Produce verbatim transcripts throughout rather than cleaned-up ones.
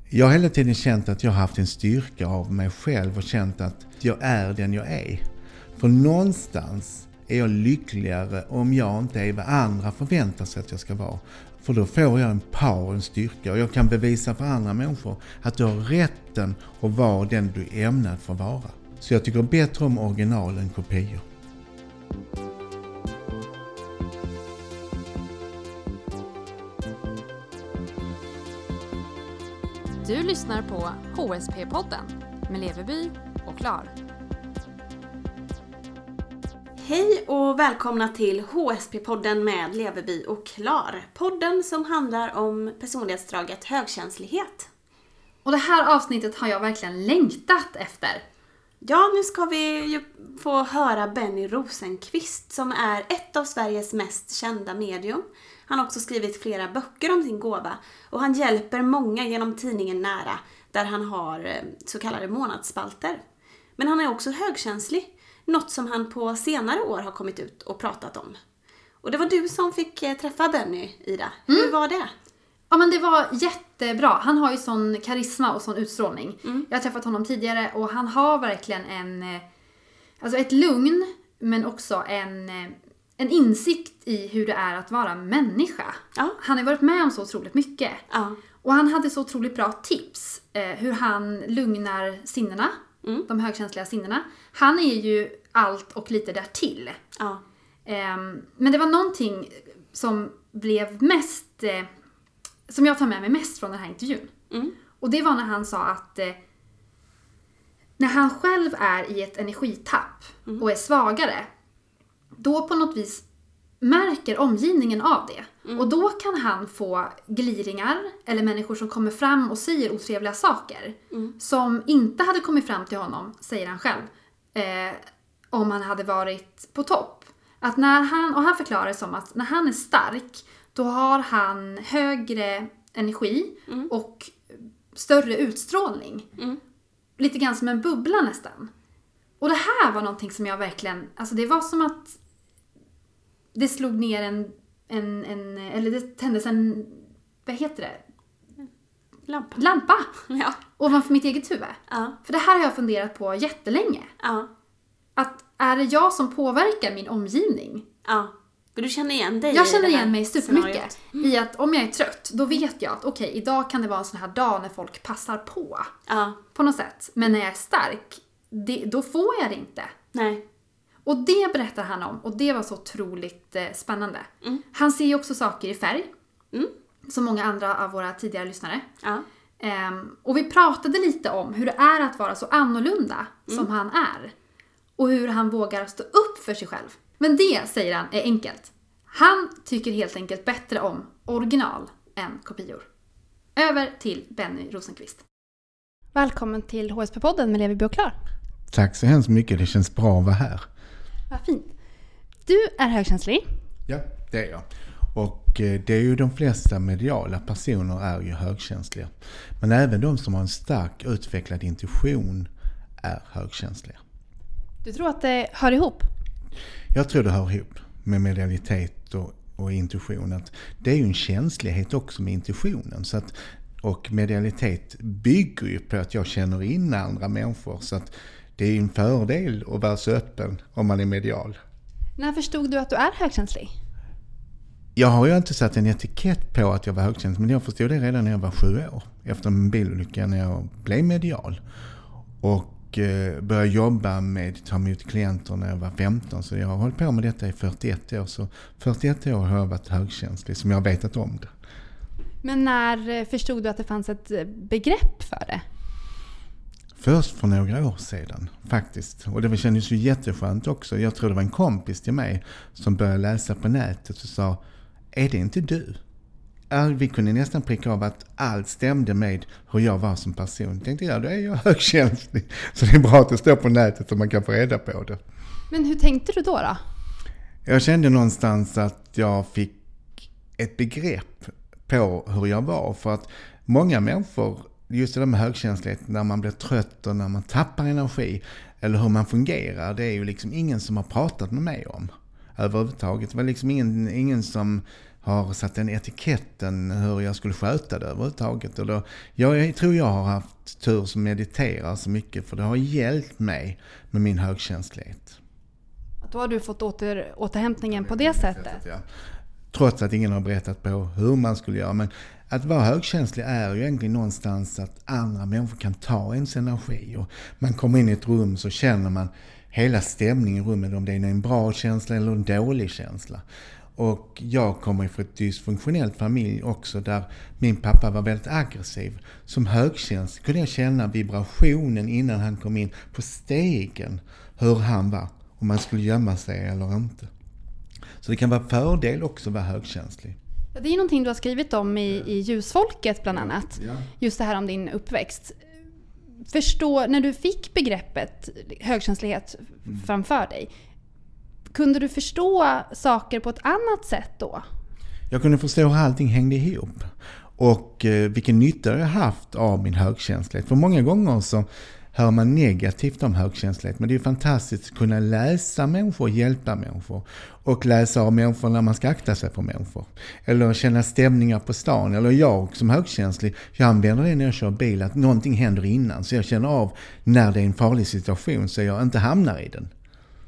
Jag har hela tiden känt att jag har haft en styrka av mig själv och känt att jag är den jag är. För någonstans är jag lyckligare om jag inte är vad andra förväntar sig att jag ska vara. För då får jag en power, en styrka, och jag kan bevisa för andra människor att du har rätten att vara den du är ämnad för att vara. Så jag tycker bättre om original än kopior. Du lyssnar på H S P-podden med Leverby och Klar. Hej och välkomna till H S P-podden med Leverby och Klar. Podden som handlar om personlighetsdraget högkänslighet. Och det här avsnittet har jag verkligen längtat efter. Ja, nu ska vi ju få höra Benny Rosenqvist som är ett av Sveriges mest kända medium. Han har också skrivit flera böcker om sin gåva och han hjälper många genom tidningen Nära där han har så kallade månadsspalter. Men han är också högkänslig, något som han på senare år har kommit ut och pratat om. Och det var du som fick träffa Benny, Ida. Hur mm. var det? Ja, men det var jättebra. Han har ju sån karisma och sån utstrålning. Mm. Jag har träffat honom tidigare och han har verkligen en, alltså ett lugn men också en, en insikt i hur det är att vara människa. Ja. Han har varit med om så otroligt mycket. Ja. Och han hade så otroligt bra tips eh, hur han lugnar sinnena, mm. de högkänsliga sinnena. Han är ju allt och lite därtill. Ja. Eh, men det var någonting som blev mest... Eh, som jag tar med mig mest från den här intervjun. Mm. Och det var när han sa att eh, när han själv är i ett energitapp mm. och är svagare, då på något vis märker omgivningen av det. Mm. Och då kan han få gliringar eller människor som kommer fram och säger otrevliga saker mm. som inte hade kommit fram till honom, säger han själv, eh, om han hade varit på topp. Att när han, och han förklarar det som att när han är stark, då har han högre energi mm. och större utstrålning. Mm. Lite grann som en bubbla nästan. Och det här var någonting som jag verkligen... Alltså det var som att det slog ner en... en, en eller det tändes en... Vad heter det? Lampa. Lampa. Ja. Ovanför mitt eget huvud. Ja. För det här har jag funderat på jättelänge. Ja. Att är det jag som påverkar min omgivning? Ja. Du känner igen dig? Jag känner igen mig supermycket mm. i att om jag är trött, då vet jag att okej, okay, idag kan det vara en sån här dag när folk passar på. Ja. På något sätt. Men när jag är stark, det, då får jag det inte. Nej. Och det berättar han om och det var så otroligt eh, spännande. Mm. Han ser ju också saker i färg. Mm. Som många andra av våra tidigare lyssnare. Ja. Um, och vi pratade lite om hur det är att vara så annorlunda mm. som han är. Och hur han vågar stå upp för sig själv. Men det, säger han, är enkelt. Han tycker helt enkelt bättre om original än kopior. Över till Benny Rosenqvist. Välkommen till H S P-podden med Leverby och Klar. Tack så hemskt mycket, det känns bra att vara här. Vad fint. Du är högkänslig. Ja, det är jag. Och det är ju de flesta mediala personer är ju högkänsliga. Men även de som har en stark utvecklad intuition är högkänsliga. Du tror att det hör ihop? Jag tror det hör ihop med medialitet och, och intuition. Att det är ju en känslighet också med intuitionen. Så att, och medialitet bygger ju på att jag känner in andra människor. Så att det är en fördel att vara så öppen om man är medial. När förstod du att du är högkänslig? Jag har ju inte satt en etikett på att jag var högkänslig. Men jag förstod det redan när jag var sju år. Efter en bilolycka när jag blev medial. Och började jobba med att ta emot klienter när jag var femton. Så jag har hållit på med detta i fyrtioett år. Så fyrtioett år har jag varit högkänslig som jag har vetat om det. Men när förstod du att det fanns ett begrepp för det? Först för några år sedan faktiskt. Och det kändes ju jätteskönt också. Jag tror det var en kompis till mig som började läsa på nätet och sa: är det inte du? Vi kunde nästan pricka av att allt stämde med hur jag var som person. Jag tänkte, ja, då är jag högkänslig. Så det är bra att det står på nätet så man kan få reda på det. Men hur tänkte du då då? Jag kände någonstans att jag fick ett begrepp på hur jag var. För att många människor, just det där med högkänslighet, när man blir trött och när man tappar energi, eller hur man fungerar, det är ju liksom ingen som har pratat med mig om överhuvudtaget. Det var liksom ingen, ingen som har satt den etiketten hur jag skulle sköta det överhuvudtaget. Och då, jag tror jag har haft tur som mediterar så mycket, för det har hjälpt mig med min högkänslighet. Då har du fått åter, återhämtningen på det sättet? sättet ja. Trots att ingen har berättat på hur man skulle göra. Men att vara högkänslig är ju egentligen någonstans att andra människor kan ta ens energi. Och man kommer in i ett rum så känner man hela stämningen i rummet, om det är en bra känsla eller en dålig känsla. Och jag kommer från ett dysfunktionellt familj också, där min pappa var väldigt aggressiv. Som högkänslig kunde jag känna vibrationen innan han kom in på stegen, hur han var, om man skulle gömma sig eller inte. Så det kan vara fördel också att vara högkänslig. Ja, det är någonting du har skrivit om i, i Ljusfolket bland annat. Ja. Just det här om din uppväxt. Förstå, när du fick begreppet högkänslighet mm. framför dig, kunde du förstå saker på ett annat sätt då? Jag kunde förstå hur allting hängde ihop. Och eh, vilken nytta jag haft av min högkänslighet. För många gånger så hör man negativt om högkänslighet. Men det är fantastiskt att kunna läsa människor och hjälpa människor. Och läsa av människor när man ska akta sig för människor. Eller känna stämningar på stan. Eller jag som högkänslig, jag använder det när jag kör bil, att någonting händer innan. Så jag känner av när det är en farlig situation så jag inte hamnar i den.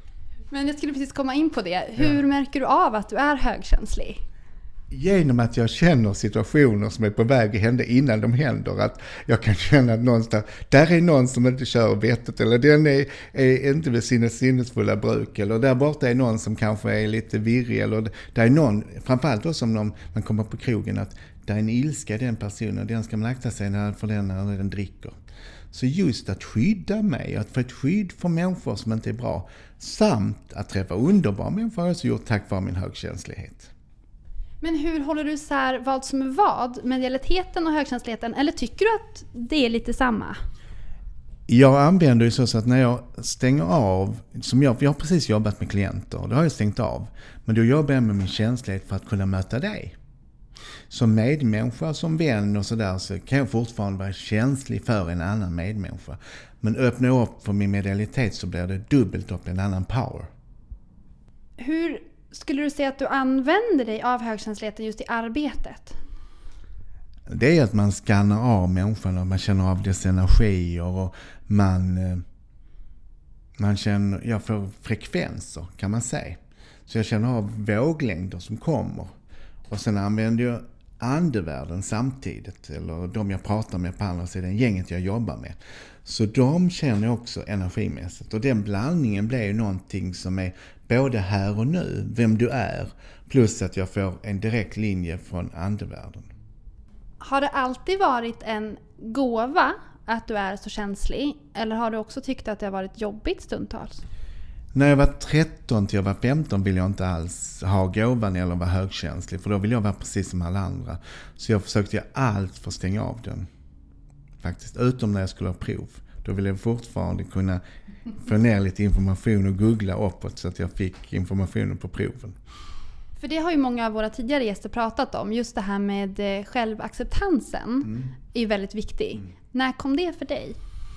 Men jag skulle precis komma in på det. Hur ja. märker du av att du är högkänslig? Genom att jag känner situationer som är på väg att hända innan de händer. Att jag kan känna att någonstans, där är någon som inte kör vettet, eller den är, är inte vid sina sinnesfulla bruk, eller där borta är någon som kanske är lite virrig, eller där är någon, framförallt då som när man kommer på krogen, att där är en ilska i den personen, den ska man akta sig när, för den när den dricker. Så just att skydda mig, att få ett skydd för människor som inte är bra, samt att träffa underbara människor har jag så gjort tack vare min högkänslighet. Men hur håller du isär vad som är vad, medialiteten och högkänsligheten, eller tycker du att det är lite samma? Jag använder ju så att när jag stänger av, som jag, jag har precis jobbat med klienter, då har jag stängt av, men då jobbar jag med min känslighet för att kunna möta dig. Som medmänniska, som vän och sådär, så kan jag fortfarande vara känslig för en annan medmänniska. Men öppnar jag upp för min medialitet så blir det dubbelt upp en annan power. Hur skulle du säga att du använder dig av högkänsligheten just i arbetet? Det är att man skannar av människan och man känner av dess energier och man, man känner, jag får frekvenser kan man säga. Så jag känner av våglängder som kommer. Och sen använder jag andevärlden samtidigt, eller de jag pratar med på andra sidan, gänget jag jobbar med. Så de känner också energimässigt. Och den blandningen blir ju någonting som är både här och nu, vem du är, plus att jag får en direkt linje från andevärlden. Har det alltid varit en gåva att du är så känslig? Eller har du också tyckt att det har varit jobbigt stundtals? När jag var tretton till jag var femton ville jag inte alls ha gåvan eller vara högkänslig. För då ville jag vara precis som alla andra. Så jag försökte göra allt för att stänga av den. Faktiskt, utom när jag skulle ha prov. Då ville jag fortfarande kunna få ner lite information och googla uppåt så att jag fick informationen på proven. För det har ju många av våra tidigare gäster pratat om. Just det här med självacceptansen mm. är ju väldigt viktig. Mm. När kom det för dig?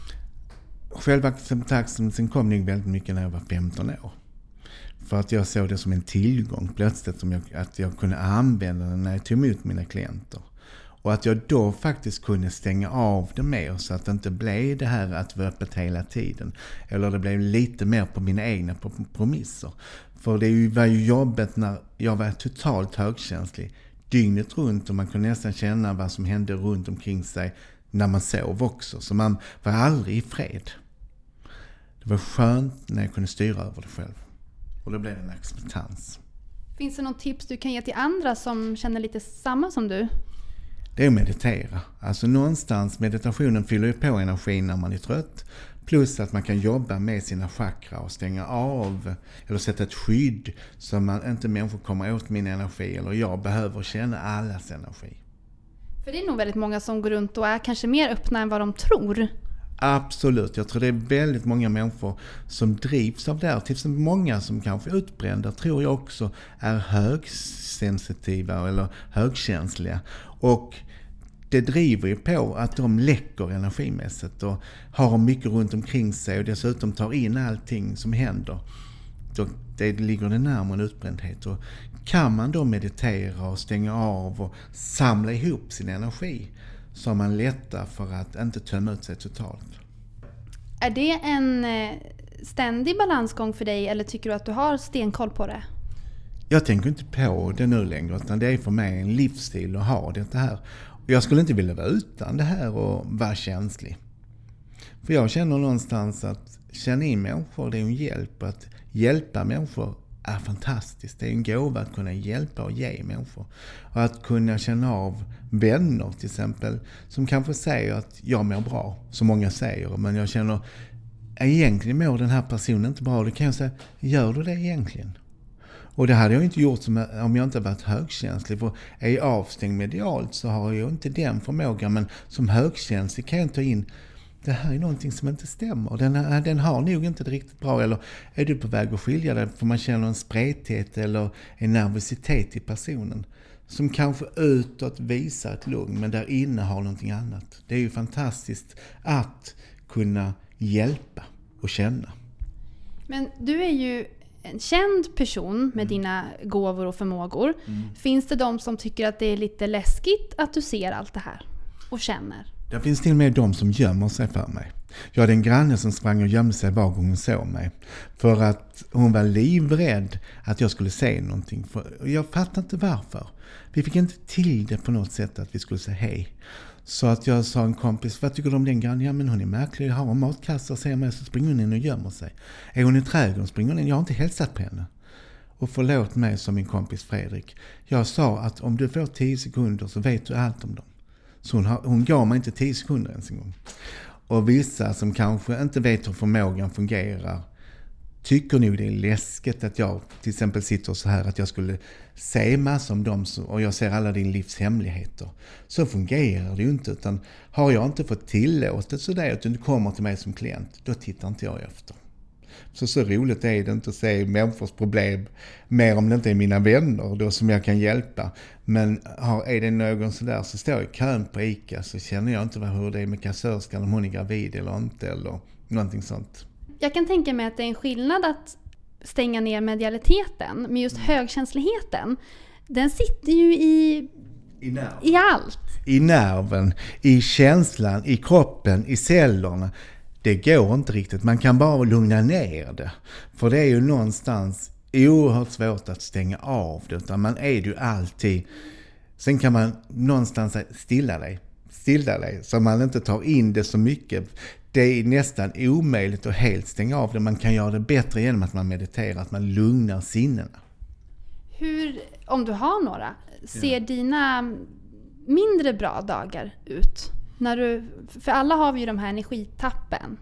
Självacceptansen kom nog väldigt mycket när jag var femton år. För att jag såg det som en tillgång plötsligt, som jag, att jag kunde använda den när jag tog emot mina klienter. Och att jag då faktiskt kunde stänga av det mer så att det inte blev det här att vara öppet hela tiden. Eller det blev lite mer på mina egna promisser. För det var ju jobbet när jag var totalt högkänslig dygnet runt och man kunde nästan känna vad som hände runt omkring sig när man sov också. Så man var aldrig i fred. Det var skönt när jag kunde styra över det själv. Och då blev det en acceptans. Finns det något tips du kan ge till andra som känner lite samma som du? Det är att meditera. Alltså någonstans, meditationen fyller ju på energin när man är trött. Plus att man kan jobba med sina chakra och stänga av eller sätta ett skydd så man inte människor kommer åt min energi eller jag behöver känna allas energi. För det är nog väldigt många som går runt och är kanske mer öppna än vad de tror. Absolut, jag tror det är väldigt många människor som drivs av det här. Till exempel många som kanske är utbrända tror jag också är högsensitiva eller högkänsliga. Och det driver ju på att de läcker energimässigt och har mycket runt omkring sig och dessutom tar in allting som händer. Då det ligger det närmare en utbrändhet. Och kan man då meditera och stänga av och samla ihop sin energi så har man lättare för att inte tömma ut sig totalt. Är det en ständig balansgång för dig eller tycker du att du har stenkoll på det? Jag tänker inte på det nu längre utan det är för mig en livsstil att ha det här. Och jag skulle inte vilja vara utan det här och vara känslig. För jag känner någonstans att känna in människor, det är en hjälp. Att hjälpa människor är fantastiskt. Det är en gåva att kunna hjälpa och ge människor. Och att kunna känna av vänner till exempel som kanske säger att jag mår bra, som många säger. Men jag känner, egentligen mår den här personen inte bra. Då kan jag säga, gör du det egentligen? Och det hade jag inte gjort som, om jag inte varit högkänslig. För är jag avstängd medialt så har jag inte den förmågan. Men som högkänslig kan jag ta in, det här är någonting som inte stämmer. Den, här, den har nog inte det riktigt bra. Eller är du på väg att skilja dig för man känner en spräthet eller en nervositet i personen. Som kanske utåt visar ett lugn men där inne har någonting annat. Det är ju fantastiskt att kunna hjälpa och känna. Men du är ju en känd person med mm. dina gåvor och förmågor. Mm. Finns det de som tycker att det är lite läskigt att du ser allt det här och känner? Det finns till och med de som gömmer sig för mig. Jag hade en granne som sprang och gömde sig var gång hon såg mig. För att hon var livrädd att jag skulle säga någonting. För jag fattar inte varför. Vi fick inte till det på något sätt att vi skulle säga hej. Så att jag sa en kompis, vad tycker du om den grannen? Ja men hon är märklig, jag har en matkasse och ser mig så springer hon in och gömmer sig. Är hon i trädgården springer hon in, jag har inte hälsat på henne. Och förlåt mig som min kompis Fredrik. Jag sa att om du får tio sekunder så vet du allt om dem. Så hon, har, hon gav mig inte tio sekunder ens en gång. Och vissa som kanske inte vet hur förmågan fungerar tycker nog det är läskigt att jag till exempel sitter så här att jag skulle se massor om dem och jag ser alla din livs hemligheter. Så fungerar det ju inte, utan har jag inte fått tillåtet så det att du kommer till mig som klient, då tittar inte jag efter. Så så roligt är det inte att se människors problem mer om det inte är mina vänner då som jag kan hjälpa. Men har, är det någon sådär så står jag i kön på ICA så känner jag inte hur det är med kassörskan, om hon är gravid eller inte eller någonting sånt. Jag kan tänka mig att det är en skillnad att stänga ner medialiteten, men just högkänsligheten, den sitter ju i, I, nerven. i allt. I nerven, i känslan, i kroppen, i cellerna. Det går inte riktigt. Man kan bara lugna ner det. För det är ju någonstans oerhört svårt att stänga av det. Utan man är ju alltid... Sen kan man någonstans säga stilla dig. Stilla dig. Så man inte tar in det så mycket. Det är nästan omöjligt att helt stänga av det. Man kan göra det bättre genom att man mediterar. Att man lugnar sinnena. Hur, om du har några, ser ja. dina mindre bra dagar ut? När du, för alla har vi ju de här energitappen.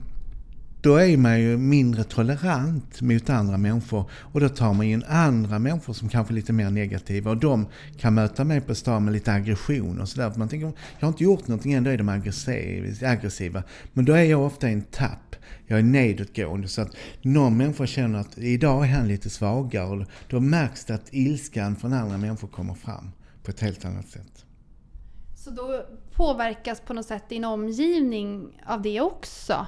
Då är man ju mindre tolerant mot andra människor. Och då tar man in andra människor som kanske är lite mer negativa. Och de kan möta mig på stan med lite aggression och sådär. Man tänker, jag har inte gjort någonting än, då är de aggressiva. Men då är jag ofta i en tapp. Jag är nedåtgående. Så att någon människa känner att idag är han lite svagare. Och då märks det att ilskan från andra människor kommer fram på ett helt annat sätt. Så då påverkas på något sätt din omgivning av det också?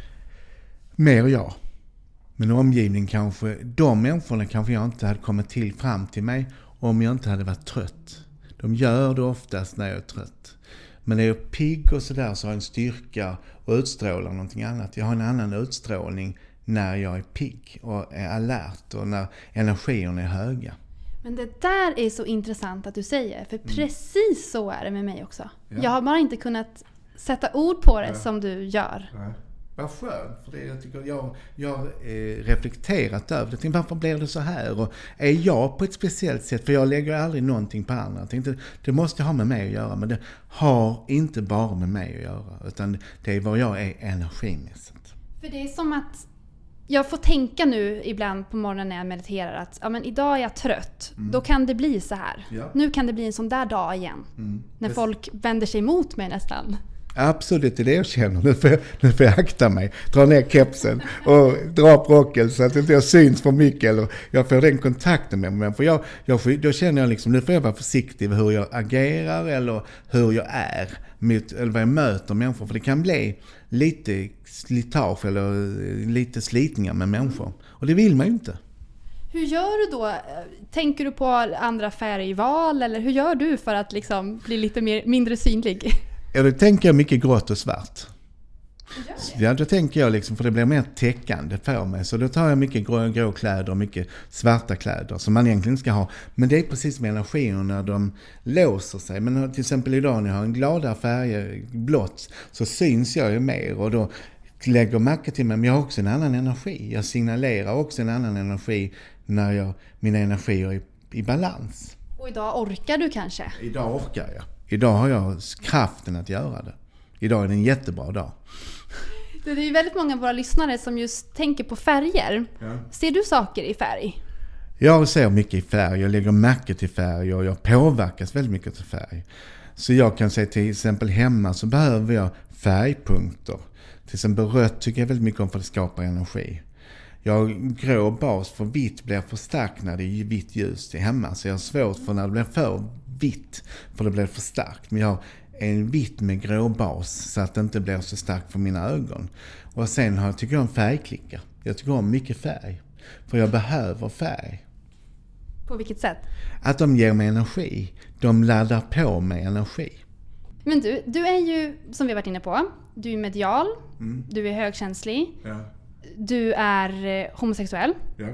Mer ja. Men omgivning kanske, de människorna kanske jag inte hade kommit till fram till mig om jag inte hade varit trött. De gör det oftast när jag är trött. Men när jag är pigg och sådär så har jag en styrka och utstrålar någonting annat. Jag har en annan utstrålning när jag är pigg och är alert och när energierna är höga. Men det där är så intressant att du säger, för mm. precis så är det med mig också. Ja. Jag har bara inte kunnat sätta ord på det ja. som du gör. Ja. Vad skönt, för det jag tycker jag jag eh, reflekterat över det. Varför blir det så här? Och är jag på ett speciellt sätt? För jag lägger aldrig någonting på andra. Jag tänkte, det måste ha med mig att göra, men det har inte bara med mig att göra, utan det är vad jag är energimässigt. För det är som att jag får tänka nu ibland på morgonen när jag mediterar att ja, men idag är jag trött. Mm. Då kan det bli så här. Ja. Nu kan det bli en sån där dag igen. Mm. När Precis. folk vänder sig mot mig nästan. Absolut, det är det jag känner. Nu får jag, nu får jag akta mig. Dra ner kepsen och dra upp rocken så att inte jag syns för mycket. Eller jag får den kontakten med mig. För jag, jag, då känner jag liksom, nu får jag vara försiktig med hur jag agerar eller hur jag är. Mot, eller vad jag möter människor. För det kan bli lite slitage eller lite slitningar med människor. Och det vill man ju inte. Hur gör du då? Tänker du på andra färgval eller hur gör du för att liksom bli lite mer, mindre synlig? Ja, då tänker jag mycket grått och svart. Ja, då tänker jag liksom, för det blir mer täckande för mig. Så då tar jag mycket grå, grå kläder och mycket svarta kläder som man egentligen ska ha. Men det är precis med energierna när de låser sig. Men till exempel idag när jag har en gladare färg, blått, så syns jag ju mer och då lägger märke till mig. Men jag har också en annan energi. Jag signalerar också en annan energi när jag, mina energier är i, i balans. Och idag orkar du kanske? Idag orkar jag. Idag har jag kraften att göra det. Idag är det en jättebra dag. Det är ju väldigt många av våra lyssnare som just tänker på färger. Ja. Ser du saker i färg? Jag ser mycket i färg. Jag lägger märke till färg och jag påverkas väldigt mycket till färg. Så jag kan säga till exempel hemma så behöver jag färgpunkter. Till exempel rött tycker jag väldigt mycket om för att skapa energi. Jag har grå bas för vitt blir för starkt när det är vitt ljus till hemma. Så jag har svårt för när det blir för vitt för det blir för starkt. Men jag har en vitt med grå bas så att det inte blir så starkt för mina ögon. Och sen har, tycker jag om färgklickar. Jag tycker om mycket färg. För jag behöver färg. På vilket sätt? Att de ger mig energi. De laddar på mig energi. Men du, du är ju, som vi har varit inne på, du är medial, mm. du är högkänslig, ja. Du är eh, homosexuell. Ja.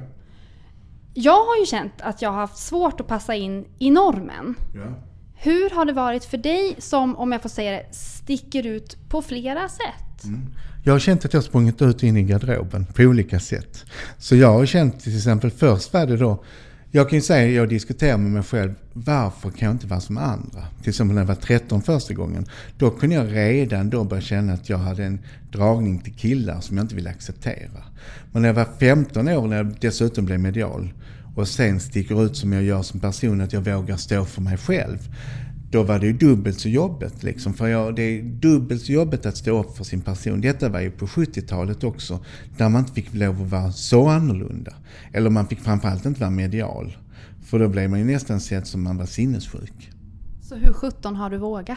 Jag har ju känt att jag har haft svårt att passa in i normen. Ja. Hur har det varit för dig som, om jag får säga det, sticker ut på flera sätt? Mm. Jag har känt att jag har sprungit ut in i garderoben på olika sätt. Så jag har känt till exempel först var det då, jag kan ju säga att jag diskuterar med mig själv, varför kan jag inte vara som andra? Till exempel när jag var tretton första gången, då kunde jag redan då börja känna att jag hade en dragning till killar som jag inte ville acceptera. Men när jag var femton år, när jag dessutom blev medial, och sen sticker ut som jag gör som person, att jag vågar stå för mig själv, då var det ju dubbelt så jobbigt liksom. För jag, det är dubbelt så jobbigt att stå upp för sin person. Detta var ju på sjuttiotalet också, där man inte fick lov att vara så annorlunda. Eller man fick framförallt inte vara medial. För då blev man ju nästan sett som man var sinnessjuk. Så hur sjutton har du vågat?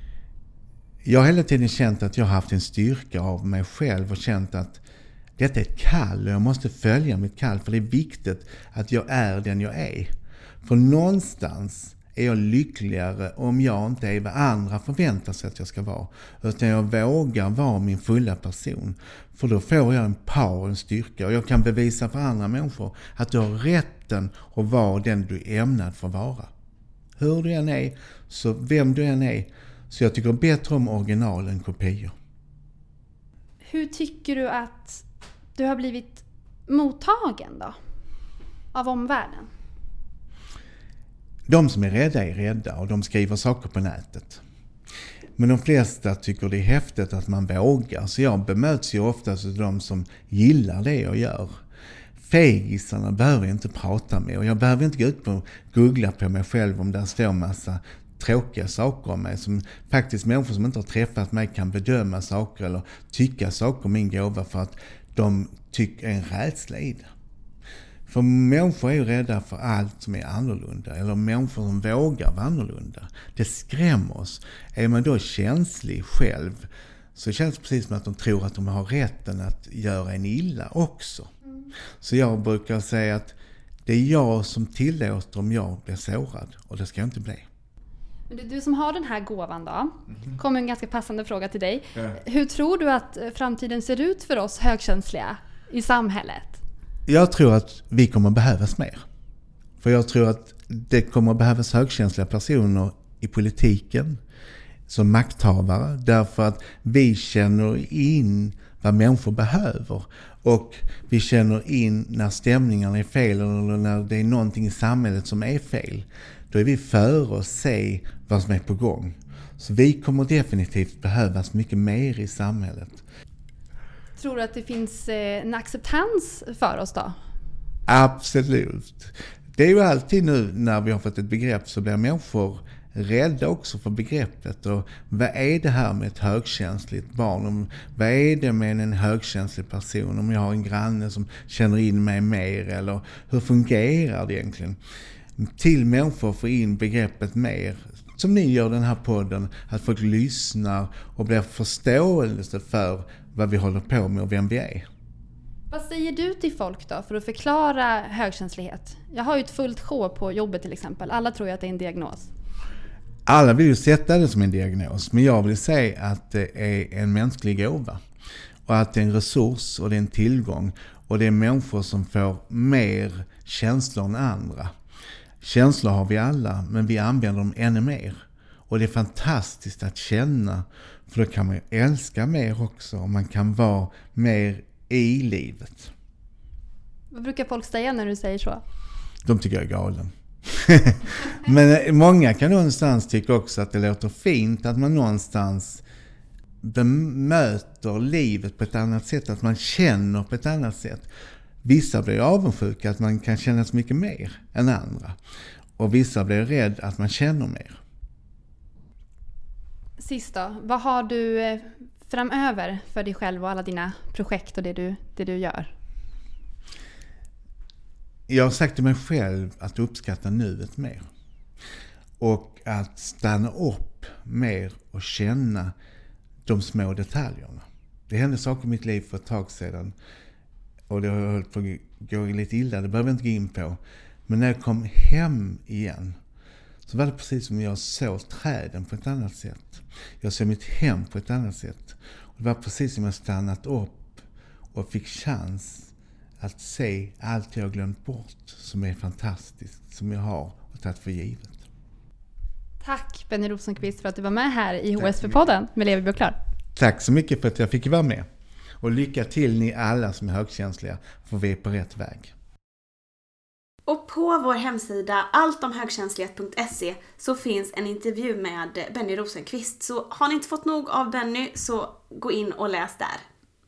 Jag har hela tiden känt att jag har haft en styrka av mig själv och känt att detta är ett kall och jag måste följa mitt kall, för det är viktigt att jag är den jag är. För någonstans är jag lyckligare om jag inte är vad andra förväntar sig att jag ska vara. Utan jag vågar vara min fulla person. För då får jag en power och en styrka. Och jag kan bevisa för andra människor att du har rätten att vara den du är ämnad för att vara. Hur du än är, så vem du än är. Så jag tycker bättre om original än kopior. Hur tycker du att du har blivit mottagen då? Av omvärlden? De som är rädda är rädda och de skriver saker på nätet. Men de flesta tycker det är häftigt att man vågar. Så jag bemöts ju oftast av de som gillar det jag gör. Fegisarna behöver jag inte prata med. Och jag behöver inte gå ut och googla på mig själv om där står massa tråkiga saker om mig. Som faktiskt människor som inte har träffat mig kan bedöma saker eller tycka saker om min gåva för att de tycker en rädsla i det. För människor är ju rädda för allt som är annorlunda. Eller människor som vågar vara annorlunda. Det skrämmer oss. Är man då känslig själv, så känns det precis som att de tror att de har rätten att göra en illa också. Mm. Så jag brukar säga att det är jag som tillåter om jag blir sårad. Och det ska jag inte bli. Du, du som har den här gåvan då, mm. kommer en ganska passande fråga till dig. Ja. Hur tror du att framtiden ser ut för oss högkänsliga i samhället? Jag tror att vi kommer behövas mer. För jag tror att det kommer behövas högkänsliga personer i politiken som makthavare. Därför att vi känner in vad människor behöver. Och vi känner in när stämningarna är fel eller när det är någonting i samhället som är fel. Då är vi före att se vad som är på gång. Så vi kommer definitivt behövas mycket mer i samhället. Tror du att det finns en acceptans för oss då? Absolut. Det är ju alltid nu när vi har fått ett begrepp så blir människor rädda också för begreppet. Och vad är det här med ett högkänsligt barn? Vad är det med en högkänslig person? Om jag har en granne som känner in mig mer, eller hur fungerar det egentligen? Till människor få in begreppet mer, som ni gör den här podden, att folk lyssnar och blir förståelse för vad vi håller på med och vem vi är. Vad säger du till folk då för att förklara högkänslighet? Jag har ju ett fullt sjå på jobbet till exempel. Alla tror ju att det är en diagnos. Alla vill ju sätta det som en diagnos, men jag vill säga att det är en mänsklig gåva. Och att det är en resurs och det är en tillgång. Och det är människor som får mer känslor än andra. Känslor har vi alla, men vi använder dem ännu mer. Och det är fantastiskt att känna, för då kan man ju älska mer också. Och man kan vara mer i livet. Vad brukar folk säga när du säger så? De tycker jag är galen. Men många kan någonstans tycka också att det låter fint att man någonstans bemöter livet på ett annat sätt, att man känner på ett annat sätt. Vissa blir avundsjuka att man kan känna så mycket mer än andra. Och vissa blir rädd att man känner mer. Sist då, vad har du framöver för dig själv och alla dina projekt och det du, det du gör? Jag har sagt till mig själv att uppskatta nuet mer. Och att stanna upp mer och känna de små detaljerna. Det hände saker i mitt liv för ett tag sedan. Och det har jag hållit på att gå lite illa, det behöver jag inte gå in på. Men när jag kom hem igen så var det precis som jag såg träden på ett annat sätt. Jag såg mitt hem på ett annat sätt. Och det var precis som jag stannat upp och fick chans att se allt jag glömt bort som är fantastiskt, som jag har och tagit för givet. Tack Benny Rosenqvist för att du var med här i H S P-podden med Leverby och Klar. Tack så mycket för att jag fick vara med. Och lycka till ni alla som är högkänsliga, för vi är på rätt väg. Och på vår hemsida alltomhögkänslighet punkt se så finns en intervju med Benny Rosenqvist. Så har ni inte fått nog av Benny så gå in och läs där.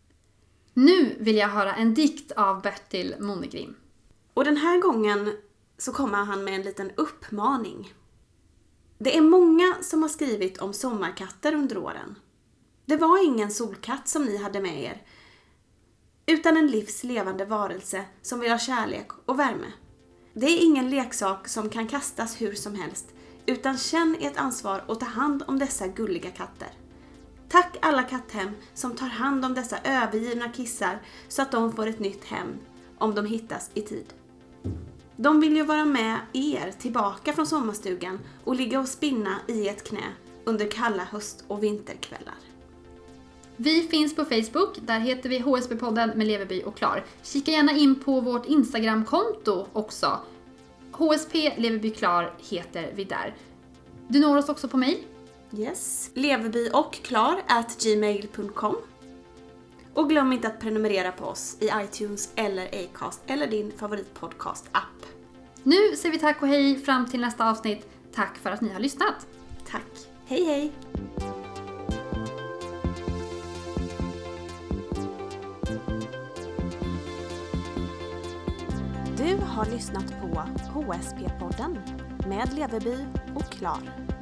Nu vill jag höra en dikt av Bertil Monegrim. Och den här gången så kommer han med en liten uppmaning. Det är många som har skrivit om sommarkatter under åren. Det var ingen solkatt som ni hade med er, utan en livslevande varelse som vill ha kärlek och värme. Det är ingen leksak som kan kastas hur som helst, utan känn ert ansvar och ta hand om dessa gulliga katter. Tack alla katthem som tar hand om dessa övergivna kissar så att de får ett nytt hem om de hittas i tid. De vill ju vara med er tillbaka från sommarstugan och ligga och spinna i ett knä under kalla höst- och vinterkvällar. Vi finns på Facebook, där heter vi H S P-podden med Leverby och Klar. Kika gärna in på vårt Instagram-konto också. H S P Leverby Klar heter vi där. Du når oss också på mail. Yes, leverby och klar at gmail punkt com. Och glöm inte att prenumerera på oss i iTunes eller Acast eller din favoritpodcast-app. Nu säger vi tack och hej fram till nästa avsnitt. Tack för att ni har lyssnat. Tack. Hej hej! Du har lyssnat på H S P-podden med Leverby och Klar.